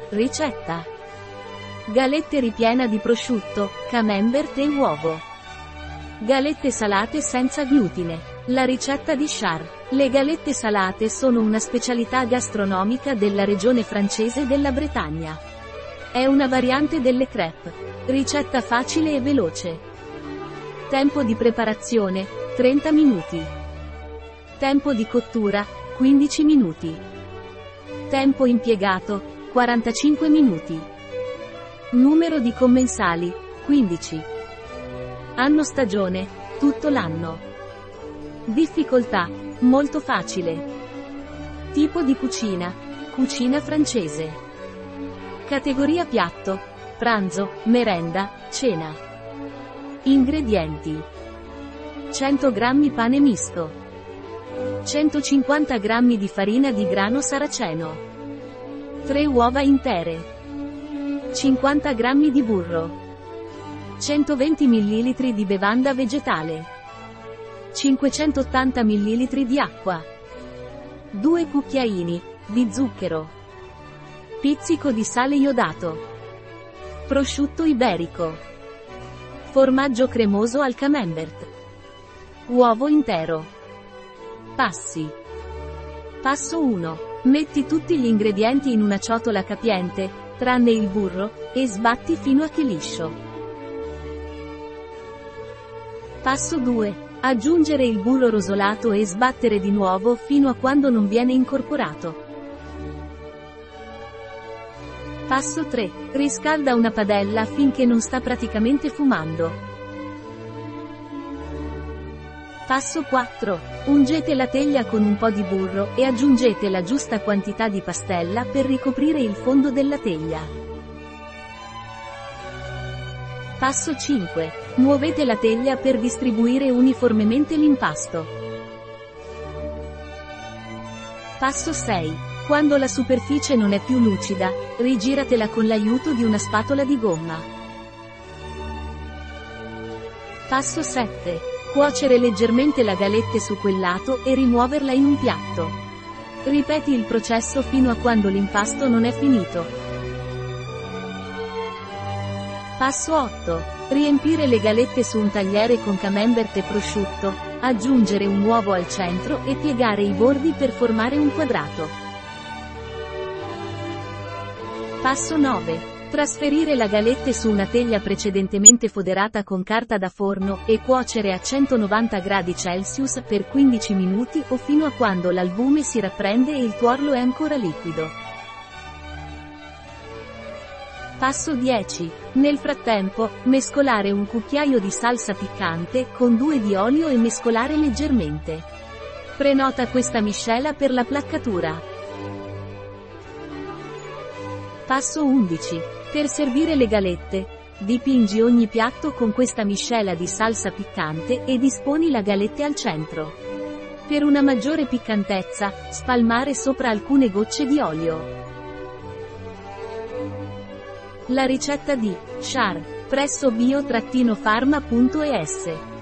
Ricetta: galette ripiena di prosciutto, camembert e uovo. Galette salate senza glutine. La ricetta di Char. Le galette salate sono una specialità gastronomica della regione francese della Bretagna. È una variante delle crêpe. Ricetta facile e veloce. Tempo di preparazione: 30 minuti. Tempo di cottura: 15 minuti. Tempo impiegato: 45 minuti. Numero di commensali: 15. Anno stagione: tutto l'anno. Difficoltà: molto facile. Tipo di cucina: cucina francese. Categoria piatto: pranzo, merenda, cena. Ingredienti: 100 g pane misto, 150 g di farina di grano saraceno, 3 uova intere, 50 g di burro, 120 ml di bevanda vegetale, 580 ml di acqua, 2 cucchiaini di zucchero, pizzico di sale iodato, prosciutto iberico, formaggio cremoso al camembert, uovo intero. Passi. Passo 1. Metti tutti gli ingredienti in una ciotola capiente, tranne il burro, e sbatti fino a che liscio. Passo 2. Aggiungere il burro rosolato e sbattere di nuovo fino a quando non viene incorporato. Passo 3. Riscalda una padella finché non sta praticamente fumando. Passo 4. Ungete la teglia con un po' di burro e aggiungete la giusta quantità di pastella per ricoprire il fondo della teglia. Passo 5. Muovete la teglia per distribuire uniformemente l'impasto. Passo 6. Quando la superficie non è più lucida, rigiratela con l'aiuto di una spatola di gomma. Passo 7. Cuocere leggermente la galette su quel lato e rimuoverla in un piatto. Ripeti il processo fino a quando l'impasto non è finito. Passo 8. Riempire le galette su un tagliere con camembert e prosciutto, aggiungere un uovo al centro e piegare i bordi per formare un quadrato. Passo 9. Trasferire la galette su una teglia precedentemente foderata con carta da forno e cuocere a 190 °C per 15 minuti o fino a quando l'albume si rapprende e il tuorlo è ancora liquido. Passo 10. Nel frattempo, mescolare un cucchiaio di salsa piccante con 2 di olio e mescolare leggermente. Prenota questa miscela per la placcatura. Passo 11. Per servire le galette, dipingi ogni piatto con questa miscela di salsa piccante e disponi la galette al centro. Per una maggiore piccantezza, spalmare sopra alcune gocce di olio. La ricetta di Char presso bio-pharma.es